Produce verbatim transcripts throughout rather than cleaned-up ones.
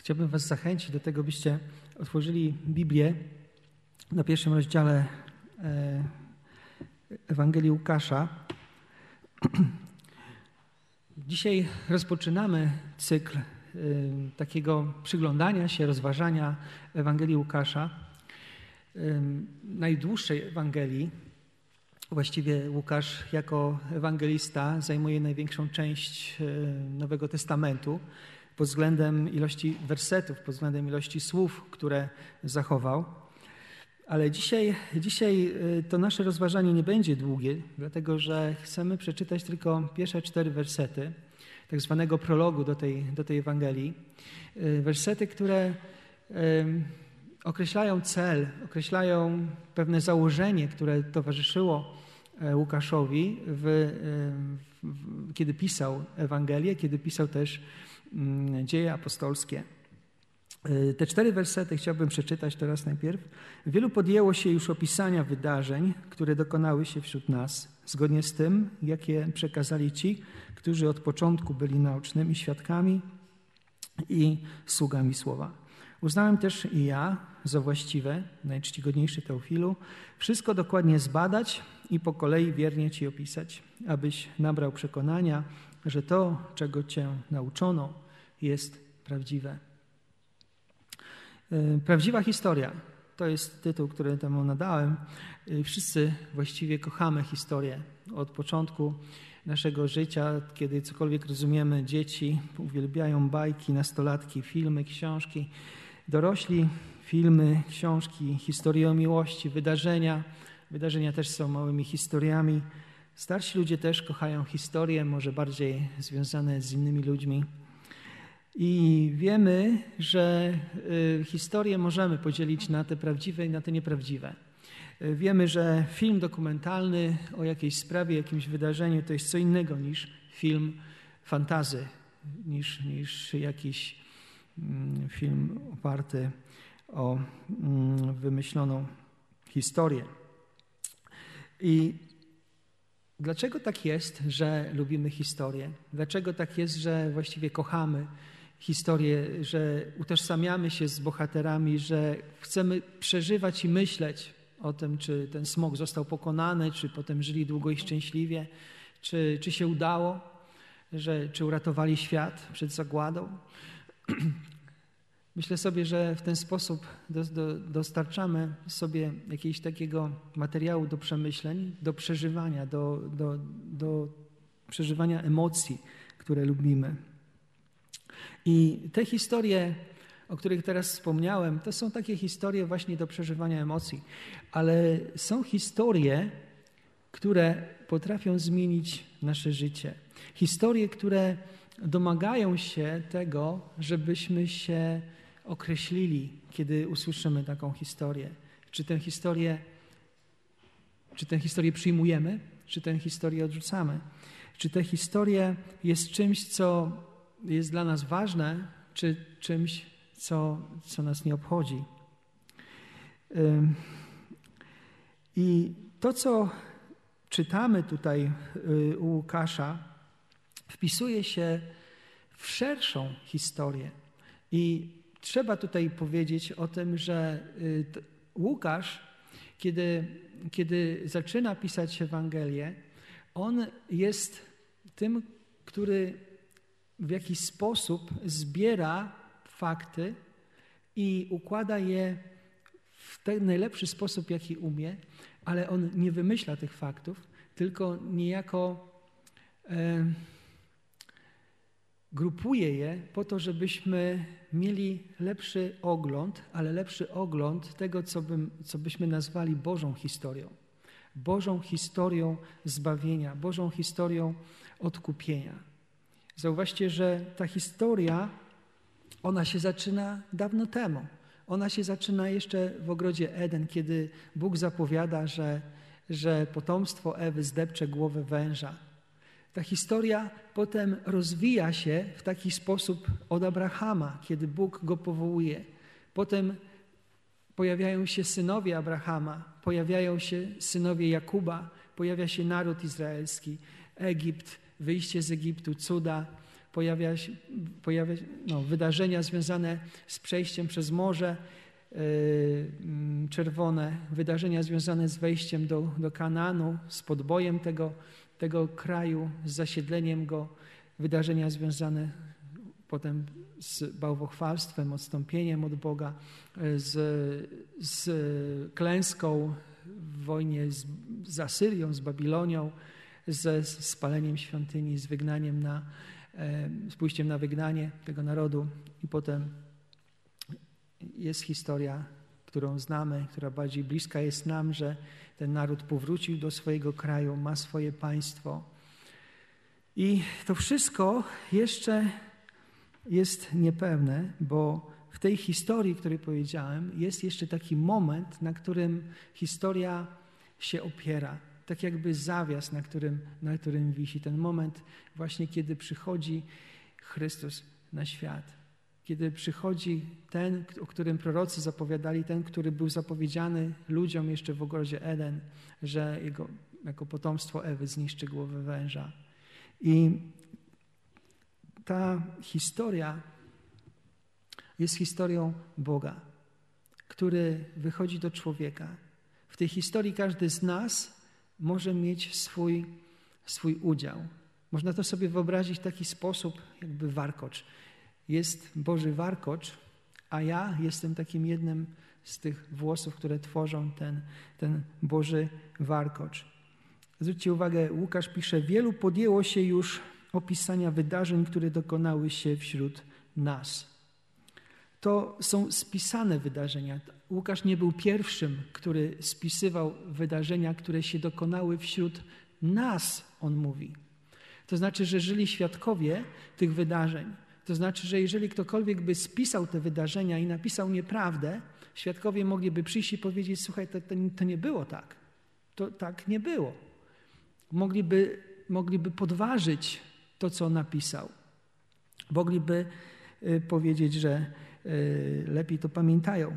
Chciałbym was zachęcić do tego, byście otworzyli Biblię na pierwszym rozdziale Ewangelii Łukasza. Dzisiaj rozpoczynamy cykl takiego przyglądania się, rozważania Ewangelii Łukasza, najdłuższej Ewangelii. Właściwie Łukasz jako ewangelista zajmuje największą część Nowego Testamentu pod względem ilości wersetów, pod względem ilości słów, które zachował. Ale dzisiaj, dzisiaj to nasze rozważanie nie będzie długie, dlatego że chcemy przeczytać tylko pierwsze cztery wersety tak zwanego prologu do tej, do tej Ewangelii. Wersety, które określają cel, określają pewne założenie, które towarzyszyło Łukaszowi, w, w, kiedy pisał Ewangelię, kiedy pisał też Dzieje apostolskie. Te cztery wersety chciałbym przeczytać teraz najpierw. Wielu podjęło się już opisania wydarzeń, które dokonały się wśród nas, zgodnie z tym, jakie przekazali ci, którzy od początku byli naocznymi świadkami i sługami słowa. Uznałem też i ja za właściwe, najczcigodniejszy Teofilu, wszystko dokładnie zbadać i po kolei wiernie ci opisać, abyś nabrał przekonania, że to, czego cię nauczono, jest prawdziwe. Prawdziwa historia to jest tytuł, który temu nadałem. Wszyscy właściwie kochamy historię. Od początku naszego życia, kiedy cokolwiek rozumiemy, dzieci uwielbiają bajki, nastolatki, filmy, książki, dorośli, filmy, książki, historie o miłości, wydarzenia. Wydarzenia też są małymi historiami. Starsi ludzie też kochają historie, może bardziej związane z innymi ludźmi. I wiemy, że historie możemy podzielić na te prawdziwe i na te nieprawdziwe. Wiemy, że film dokumentalny o jakiejś sprawie, jakimś wydarzeniu to jest co innego niż film fantasy, niż, niż jakiś film oparty o wymyśloną historię. I dlaczego tak jest, że lubimy historię? Dlaczego tak jest, że właściwie kochamy historię, że utożsamiamy się z bohaterami, że chcemy przeżywać i myśleć o tym, czy ten smok został pokonany, czy potem żyli długo i szczęśliwie, czy, czy się udało, że, czy uratowali świat przed zagładą. Myślę sobie, że w ten sposób do, do, dostarczamy sobie jakiegoś takiego materiału do przemyśleń, do przeżywania, do, do, do przeżywania emocji, które lubimy. I te historie, o których teraz wspomniałem, to są takie historie właśnie do przeżywania emocji, ale są historie, które potrafią zmienić nasze życie. Historie, które domagają się tego, żebyśmy się określili, kiedy usłyszymy taką historię. Czy tę historię, czy tę historię przyjmujemy, czy tę historię odrzucamy. Czy tę historię jest czymś, co jest dla nas ważne, czy czymś, co, co nas nie obchodzi. I to, co czytamy tutaj u Łukasza, wpisuje się w szerszą historię. I trzeba tutaj powiedzieć o tym, że Łukasz, kiedy, kiedy zaczyna pisać Ewangelię, on jest tym, który w jakiś sposób zbiera fakty i układa je w ten najlepszy sposób, jaki umie, ale on nie wymyśla tych faktów, tylko niejako e, grupuje je po to, żebyśmy mieli lepszy ogląd, ale lepszy ogląd tego, co, bym, co byśmy nazwali Bożą historią. Bożą historią zbawienia, Bożą historią odkupienia. Zauważcie, że ta historia, ona się zaczyna dawno temu. Ona się zaczyna jeszcze w ogrodzie Eden, kiedy Bóg zapowiada, że, że potomstwo Ewy zdepcze głowę węża. Ta historia potem rozwija się w taki sposób od Abrahama, kiedy Bóg go powołuje. Potem pojawiają się synowie Abrahama, pojawiają się synowie Jakuba, pojawia się naród izraelski, Egipt, wyjście z Egiptu, cuda. pojawia się, pojawia, no, wydarzenia związane z przejściem przez Morze Czerwone, wydarzenia związane z wejściem do, do Kanaanu, z podbojem tego, tego kraju, z zasiedleniem go, wydarzenia związane potem z bałwochwalstwem, odstąpieniem od Boga, z, z klęską w wojnie z, z Asyrią, z Babilonią, ze spaleniem świątyni, z wygnaniem na, z pójściem na wygnanie tego narodu i potem jest historia, którą znamy, która bardziej bliska jest nam, że ten naród powrócił do swojego kraju, ma swoje państwo. I to wszystko jeszcze jest niepewne, bo w tej historii, o której powiedziałem, jest jeszcze taki moment, na którym historia się opiera. Tak jakby zawias, na którym, na którym wisi. Ten moment właśnie, kiedy przychodzi Chrystus na świat. Kiedy przychodzi ten, o którym prorocy zapowiadali, ten, który był zapowiedziany ludziom jeszcze w ogrodzie Eden, że jego jako potomstwo Ewy zniszczy głowę węża. I ta historia jest historią Boga, który wychodzi do człowieka. W tej historii każdy z nas może mieć swój, swój udział. Można to sobie wyobrazić w taki sposób, jakby warkocz. Jest Boży warkocz, a ja jestem takim jednym z tych włosów, które tworzą ten, ten Boży warkocz. Zwróćcie uwagę, Łukasz pisze, wielu podjęło się już opisania wydarzeń, które dokonały się wśród nas. To są spisane wydarzenia. Łukasz nie był pierwszym, który spisywał wydarzenia, które się dokonały wśród nas, on mówi. To znaczy, że żyli świadkowie tych wydarzeń. To znaczy, że jeżeli ktokolwiek by spisał te wydarzenia i napisał nieprawdę, świadkowie mogliby przyjść i powiedzieć, słuchaj, to, to, to nie było tak. To tak nie było. Mogliby, mogliby podważyć to, co napisał. Mogliby y, powiedzieć, że y, lepiej to pamiętają.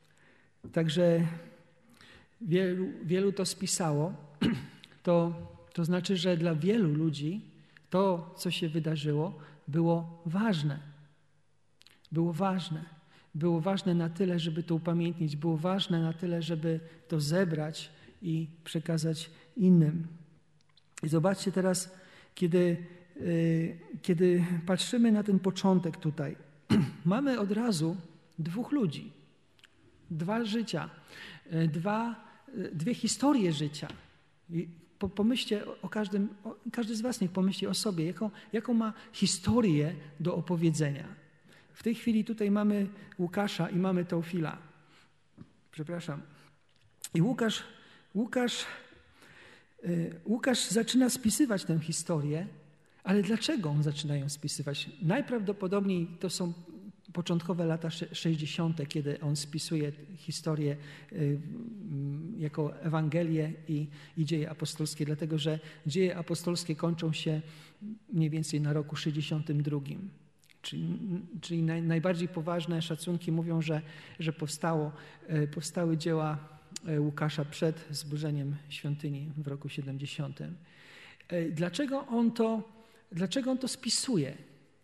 Także wielu, wielu to spisało. To, to znaczy, że dla wielu ludzi to, co się wydarzyło, było ważne. Było ważne. Było ważne na tyle, żeby to upamiętnić. Było ważne na tyle, żeby to zebrać i przekazać innym. I zobaczcie teraz, kiedy, yy, kiedy patrzymy na ten początek tutaj, mamy od razu dwóch ludzi, dwa życia, yy, dwa, yy, dwie historie życia. I pomyślcie o każdym, o, każdy z was niech pomyśli o sobie, jaką, jaką ma historię do opowiedzenia. W tej chwili tutaj mamy Łukasza i mamy Teofila. Przepraszam. I Łukasz, Łukasz, yy, Łukasz zaczyna spisywać tę historię, ale dlaczego on zaczyna ją spisywać? Najprawdopodobniej to są początkowe lata sześćdziesiąte, kiedy on spisuje historię y, jako Ewangelię i, i dzieje apostolskie, dlatego że dzieje apostolskie kończą się mniej więcej na roku sześćdziesiątym drugim. Czyli, czyli naj, najbardziej poważne szacunki mówią, że, że powstało, y, powstały dzieła Łukasza przed zburzeniem świątyni w roku siedemdziesiątym. Y, dlaczego on to, dlaczego on to spisuje?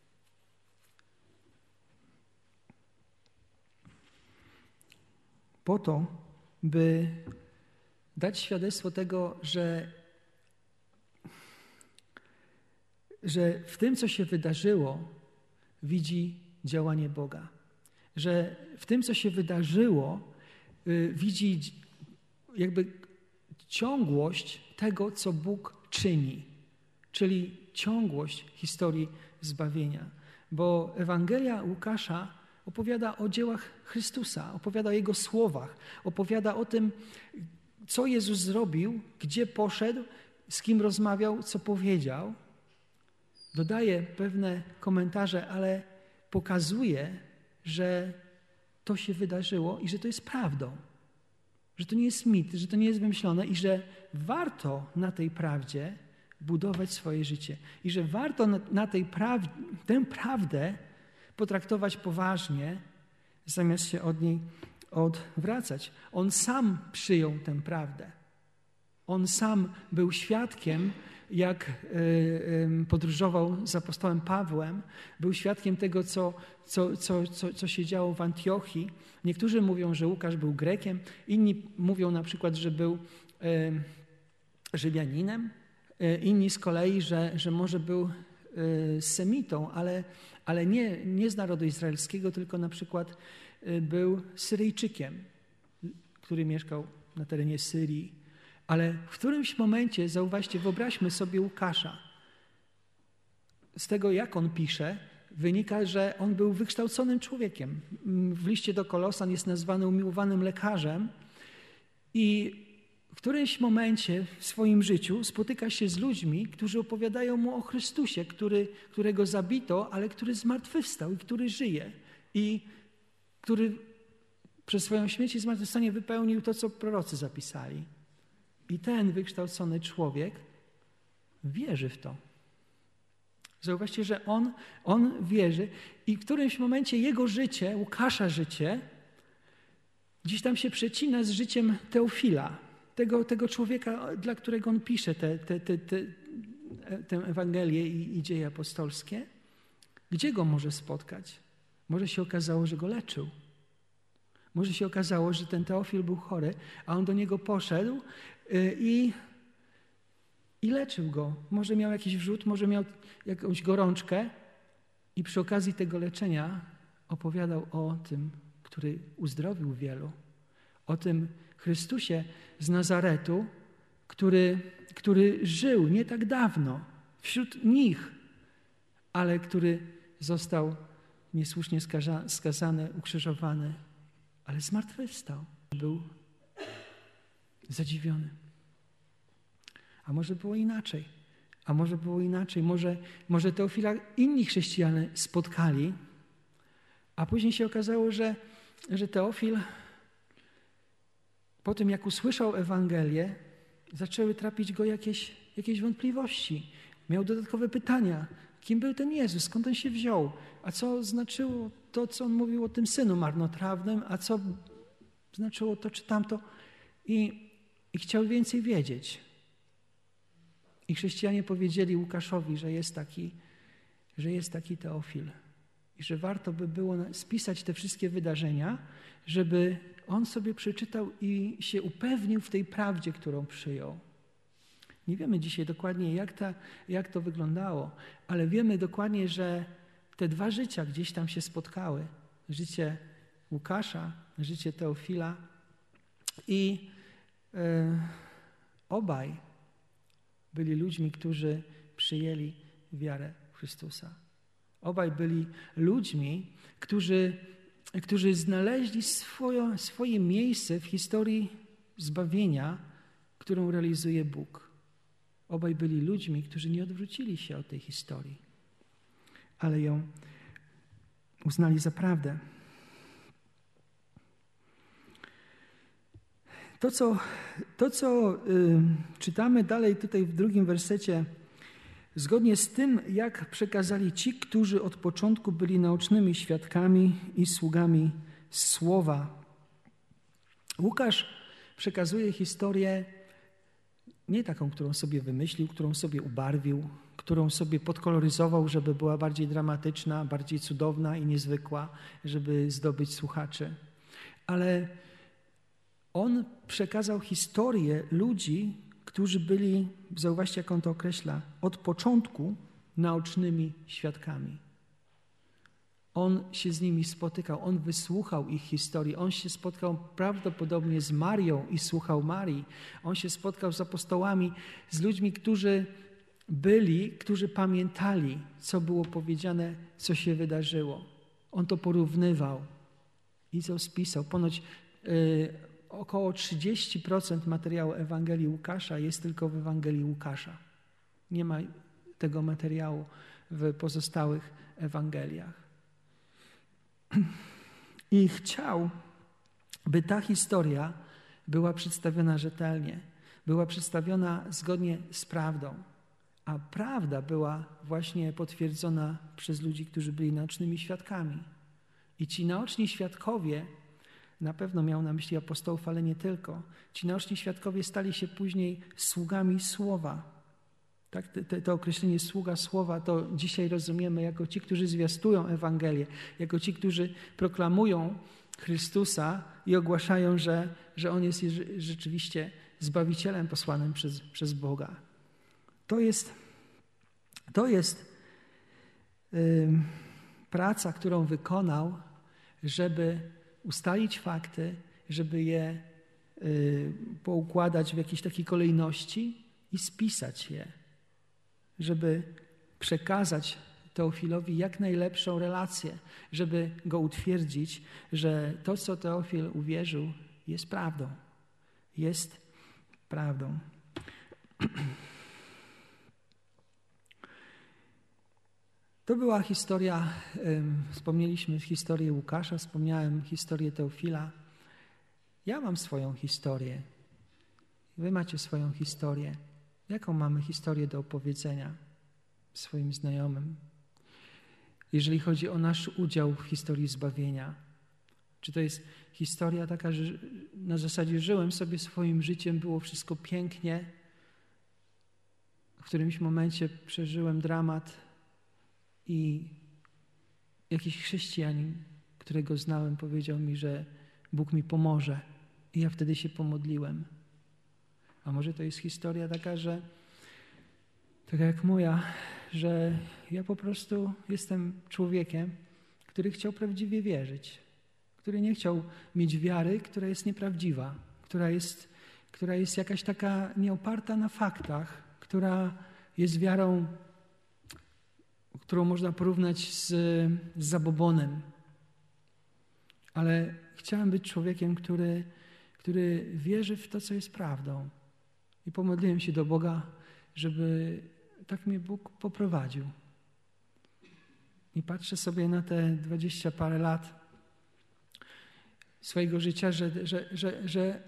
Po to, by dać świadectwo tego, że, że w tym, co się wydarzyło, widzi działanie Boga. Że w tym, co się wydarzyło, y, widzi jakby ciągłość tego, co Bóg czyni. Czyli ciągłość historii zbawienia. Bo Ewangelia Łukasza opowiada o dziełach Chrystusa, opowiada o Jego słowach, opowiada o tym, co Jezus zrobił, gdzie poszedł, z kim rozmawiał, co powiedział. Dodaje pewne komentarze, ale pokazuje, że to się wydarzyło i że to jest prawdą. Że to nie jest mit, że to nie jest wymyślone i że warto na tej prawdzie budować swoje życie. I że warto na, na tej praw- tę prawdę potraktować poważnie, zamiast się od niej odwracać. On sam przyjął tę prawdę. On sam był świadkiem jak podróżował z apostołem Pawłem, był świadkiem tego, co, co, co, co, co się działo w Antiochii. Niektórzy mówią, że Łukasz był Grekiem, inni mówią na przykład, że był Rzymianinem, inni z kolei, że, że może był Semitą, ale, ale nie, nie z narodu izraelskiego, tylko na przykład był Syryjczykiem, który mieszkał na terenie Syrii. Ale w którymś momencie, zauważcie, wyobraźmy sobie Łukasza. Z tego, jak on pisze, wynika, że on był wykształconym człowiekiem. W liście do Kolosan jest nazwany umiłowanym lekarzem i w którymś momencie w swoim życiu spotyka się z ludźmi, którzy opowiadają mu o Chrystusie, który, którego zabito, ale który zmartwychwstał i który żyje. I który przez swoją śmierć i zmartwychwstanie wypełnił to, co prorocy zapisali. I ten wykształcony człowiek wierzy w to. Zauważcie, że on, on wierzy i w którymś momencie jego życie, Łukasza życie, gdzieś tam się przecina z życiem Teofila, tego, tego człowieka, dla którego on pisze te, te, te, te, tę Ewangelię i, i dzieje apostolskie. Gdzie go może spotkać? Może się okazało, że go leczył. Może się okazało, że ten Teofil był chory, a on do niego poszedł i, i leczył go. Może miał jakiś wrzód, może miał jakąś gorączkę i przy okazji tego leczenia opowiadał o tym, który uzdrowił wielu. O tym Chrystusie z Nazaretu, który, który żył nie tak dawno wśród nich, ale który został niesłusznie skaza, skazany, ukrzyżowany, ale zmartwychwstał. Był zadziwiony. A może było inaczej? A może było inaczej? Może, może Teofila inni chrześcijanie spotkali, a później się okazało, że, że Teofil po tym, jak usłyszał Ewangelię, zaczęły trapić go jakieś, jakieś wątpliwości. Miał dodatkowe pytania. Kim był ten Jezus? Skąd on się wziął? A co znaczyło to, co on mówił o tym synu marnotrawnym? A co znaczyło to czy tamto? I, i chciał więcej wiedzieć. I chrześcijanie powiedzieli Łukaszowi, że jest taki, że jest taki Teofil. I że warto by było spisać te wszystkie wydarzenia, żeby on sobie przeczytał i się upewnił w tej prawdzie, którą przyjął. Nie wiemy dzisiaj dokładnie, jak, ta, jak to wyglądało, ale wiemy dokładnie, że te dwa życia gdzieś tam się spotkały. Życie Łukasza, życie Teofila i e, obaj byli ludźmi, którzy przyjęli wiarę w Chrystusa. Obaj byli ludźmi, którzy, którzy znaleźli swoje, swoje miejsce w historii zbawienia, którą realizuje Bóg. Obaj byli ludźmi, którzy nie odwrócili się od tej historii, ale ją uznali za prawdę. To, co, to, co y, czytamy dalej tutaj w drugim wersecie, zgodnie z tym, jak przekazali ci, którzy od początku byli naocznymi świadkami i sługami Słowa. Łukasz przekazuje historię nie taką, którą sobie wymyślił, którą sobie ubarwił, którą sobie podkoloryzował, żeby była bardziej dramatyczna, bardziej cudowna i niezwykła, żeby zdobyć słuchaczy. Ale on przekazał historię ludzi, którzy byli, zauważcie, jak on to określa, od początku naocznymi świadkami. On się z nimi spotykał, on wysłuchał ich historii, on się spotkał prawdopodobnie z Marią i słuchał Marii. On się spotkał z apostołami, z ludźmi, którzy byli, którzy pamiętali, co było powiedziane, co się wydarzyło. On to porównywał i to spisał. Ponoć yy, około trzydzieści procent materiału Ewangelii Łukasza jest tylko w Ewangelii Łukasza. Nie ma tego materiału w pozostałych Ewangeliach. I chciał, by ta historia była przedstawiona rzetelnie, była przedstawiona zgodnie z prawdą, a prawda była właśnie potwierdzona przez ludzi, którzy byli naocznymi świadkami. I ci naoczni świadkowie, na pewno miał na myśli apostołów, ale nie tylko, ci naoczni świadkowie stali się później sługami Słowa. Tak, te, to określenie sługa słowa to dzisiaj rozumiemy jako ci, którzy zwiastują Ewangelię, jako ci, którzy proklamują Chrystusa i ogłaszają, że, że On jest rzeczywiście Zbawicielem posłanym przez, przez Boga. To jest, to jest yy, praca, którą wykonał, żeby ustalić fakty, żeby je yy, poukładać w jakiejś takiej kolejności i spisać je, żeby przekazać Teofilowi jak najlepszą relację, żeby go utwierdzić, że to, co Teofil uwierzył, jest prawdą. Jest prawdą. To była historia, wspomnieliśmy historię Łukasza, wspomniałem historię Teofila. Ja mam swoją historię. Wy macie swoją historię. Jaką mamy historię do opowiedzenia swoim znajomym? Jeżeli chodzi o nasz udział w historii zbawienia. Czy to jest historia taka, że na zasadzie żyłem sobie swoim życiem, było wszystko pięknie. W którymś momencie przeżyłem dramat i jakiś chrześcijanin, którego znałem, powiedział mi, że Bóg mi pomoże. I ja wtedy się pomodliłem. A może to jest historia taka, że taka jak moja, że ja po prostu jestem człowiekiem, który chciał prawdziwie wierzyć, który nie chciał mieć wiary, która jest nieprawdziwa, która jest, która jest jakaś taka nieoparta na faktach, która jest wiarą, którą można porównać z, z zabobonem. Ale chciałem być człowiekiem, który, który wierzy w to, co jest prawdą. I pomodliłem się do Boga, żeby tak mnie Bóg poprowadził. I patrzę sobie na te dwadzieścia parę lat swojego życia, że, że, że, że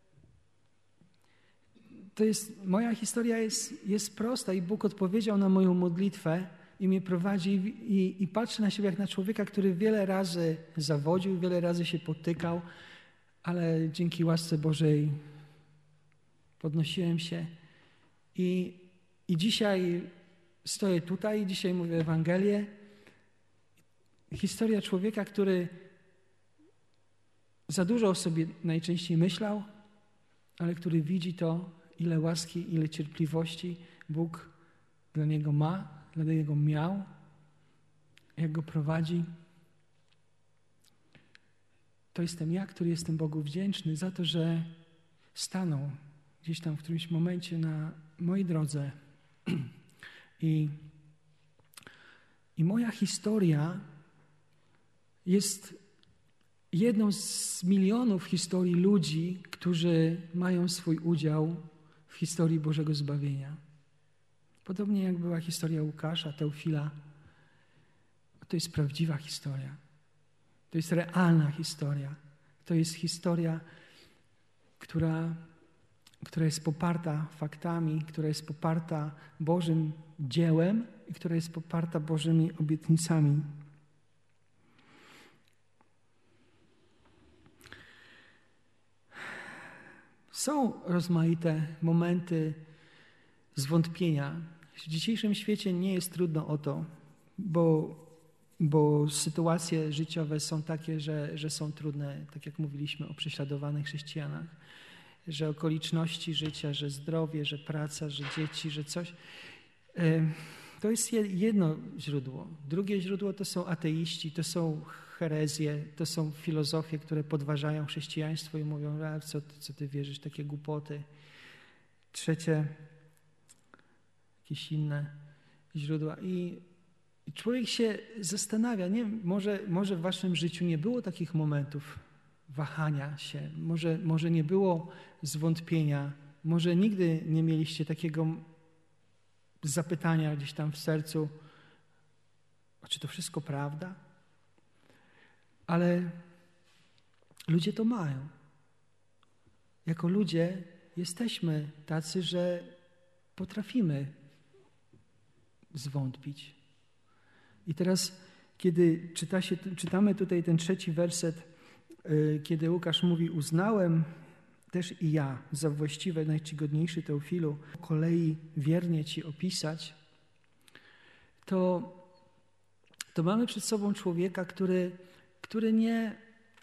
to jest, moja historia jest, jest prosta i Bóg odpowiedział na moją modlitwę i mnie prowadzi i, i patrzę na siebie jak na człowieka, który wiele razy zawodził, wiele razy się potykał, ale dzięki łasce Bożej podnosiłem się i, i dzisiaj stoję tutaj i dzisiaj mówię Ewangelię. Historia człowieka, który za dużo o sobie najczęściej myślał, ale który widzi to, ile łaski, ile cierpliwości Bóg dla niego ma, dla niego miał, jak go prowadzi. To jestem ja, który jestem Bogu wdzięczny za to, że stanął gdzieś tam w którymś momencie na mojej drodze. I, i moja historia jest jedną z milionów historii ludzi, którzy mają swój udział w historii Bożego zbawienia. Podobnie jak była historia Łukasza, Teofila. To jest prawdziwa historia. To jest realna historia. To jest historia, która, która jest poparta faktami, która jest poparta Bożym dziełem i która jest poparta Bożymi obietnicami. Są rozmaite momenty zwątpienia. W dzisiejszym świecie nie jest trudno o to, bo, bo sytuacje życiowe są takie, że, że są trudne, tak jak mówiliśmy o prześladowanych chrześcijanach, że okoliczności życia, że zdrowie, że praca, że dzieci, że coś. To jest jedno źródło. Drugie źródło to są ateiści, to są herezje, to są filozofie, które podważają chrześcijaństwo i mówią, a co, co ty wierzysz, takie głupoty. Trzecie, jakieś inne źródła. I, i człowiek się zastanawia, nie, może, może w waszym życiu nie było takich momentów wahania się, może, może nie było zwątpienia, może nigdy nie mieliście takiego zapytania gdzieś tam w sercu, czy to wszystko prawda? Ale ludzie to mają. Jako ludzie jesteśmy tacy, że potrafimy zwątpić. I teraz, kiedy czyta się, czytamy tutaj ten trzeci werset, kiedy Łukasz mówi, uznałem też i ja za właściwe, najczcigodniejszy Teofilu, po kolei wiernie Ci opisać, to, to mamy przed sobą człowieka, który, który nie,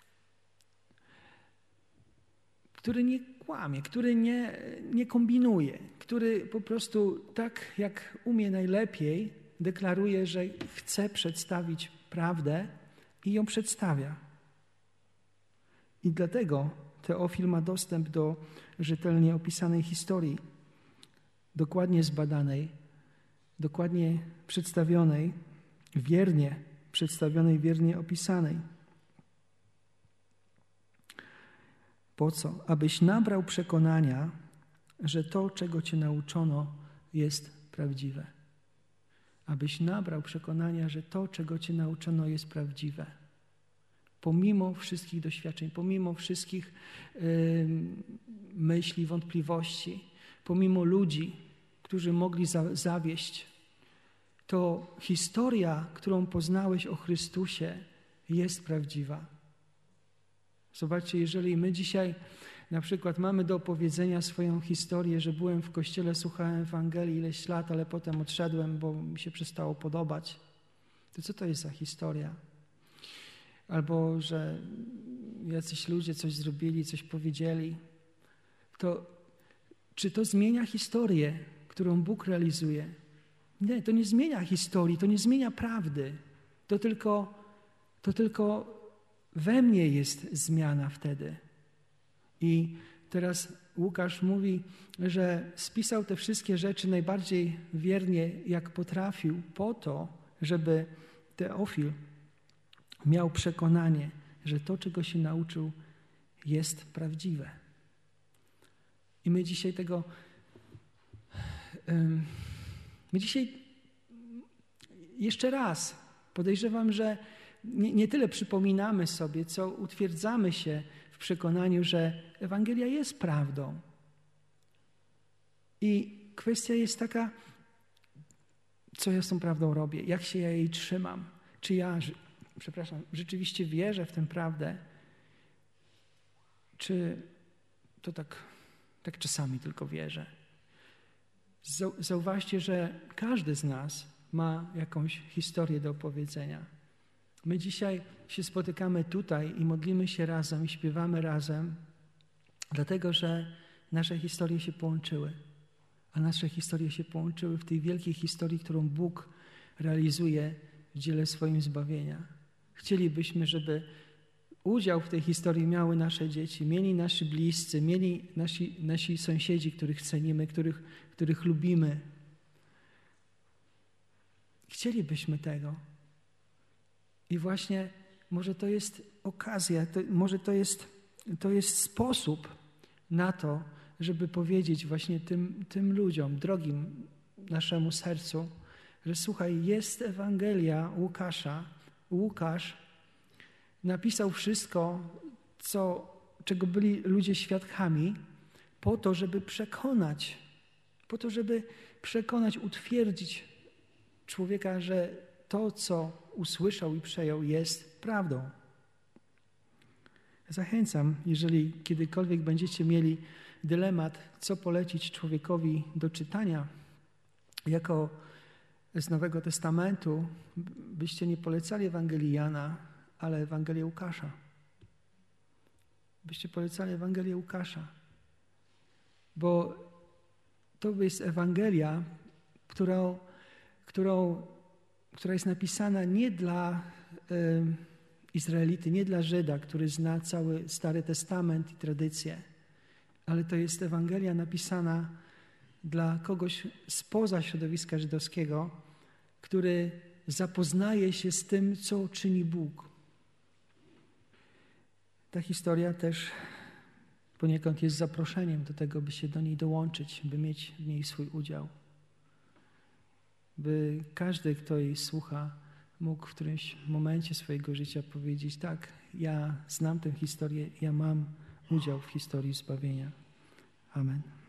który nie kłamie, który nie, nie kombinuje, który po prostu tak jak umie najlepiej deklaruje, że chce przedstawić prawdę i ją przedstawia. I dlatego Teofil ma dostęp do rzetelnie opisanej historii, dokładnie zbadanej, dokładnie przedstawionej, wiernie przedstawionej, wiernie opisanej. Po co? Abyś nabrał przekonania, że to, czego Cię nauczono, jest prawdziwe. Abyś nabrał przekonania, że to, czego Cię nauczono, jest prawdziwe. Pomimo wszystkich doświadczeń, pomimo wszystkich yy, myśli, wątpliwości, pomimo ludzi, którzy mogli za, zawieść, to historia, którą poznałeś o Chrystusie, jest prawdziwa. Zobaczcie, jeżeli my dzisiaj na przykład mamy do opowiedzenia swoją historię, że byłem w kościele, słuchałem Ewangelii ileś lat, ale potem odszedłem, bo mi się przestało podobać, to co to jest za historia? Albo, że jacyś ludzie coś zrobili, coś powiedzieli, to czy to zmienia historię, którą Bóg realizuje? Nie, to nie zmienia historii, to nie zmienia prawdy. To tylko, to tylko we mnie jest zmiana wtedy. I teraz Łukasz mówi, że spisał te wszystkie rzeczy najbardziej wiernie, jak potrafił, po to, żeby Teofil miał przekonanie, że to, czego się nauczył, jest prawdziwe. I my dzisiaj tego, my dzisiaj jeszcze raz podejrzewam, że nie, nie tyle przypominamy sobie, co utwierdzamy się w przekonaniu, że Ewangelia jest prawdą. I kwestia jest taka, co ja z tą prawdą robię, jak się ja jej trzymam, czy ja, przepraszam, rzeczywiście wierzę w tę prawdę, czy to tak, tak czasami tylko wierzę. Zauważcie, że każdy z nas ma jakąś historię do opowiedzenia. My dzisiaj się spotykamy tutaj i modlimy się razem i śpiewamy razem, dlatego że nasze historie się połączyły. A nasze historie się połączyły w tej wielkiej historii, którą Bóg realizuje w dziele swoim zbawienia. Chcielibyśmy, żeby udział w tej historii miały nasze dzieci, mieli nasi bliscy, mieli nasi, nasi sąsiedzi, których cenimy, których, których lubimy. Chcielibyśmy tego. I właśnie może to jest okazja, to, może to jest, to jest sposób na to, żeby powiedzieć właśnie tym, tym ludziom, drogim naszemu sercu, że słuchaj, jest Ewangelia Łukasza. Łukasz napisał wszystko, co, czego byli ludzie świadkami, po to, żeby przekonać, po to, żeby przekonać, utwierdzić człowieka, że to, co usłyszał i przejął, jest prawdą. Zachęcam, jeżeli kiedykolwiek będziecie mieli dylemat, co polecić człowiekowi do czytania, jako z Nowego Testamentu, byście nie polecali Ewangelii Jana, ale Ewangelię Łukasza. Byście polecali Ewangelię Łukasza. Bo to jest Ewangelia, którą, którą, która jest napisana nie dla y, Izraelity, nie dla Żyda, który zna cały Stary Testament i tradycję, ale to jest Ewangelia napisana dla kogoś spoza środowiska żydowskiego, który zapoznaje się z tym, co czyni Bóg. Ta historia też poniekąd jest zaproszeniem do tego, by się do niej dołączyć, by mieć w niej swój udział. By każdy, kto jej słucha, mógł w którymś momencie swojego życia powiedzieć: tak, ja znam tę historię, ja mam udział w historii zbawienia. Amen.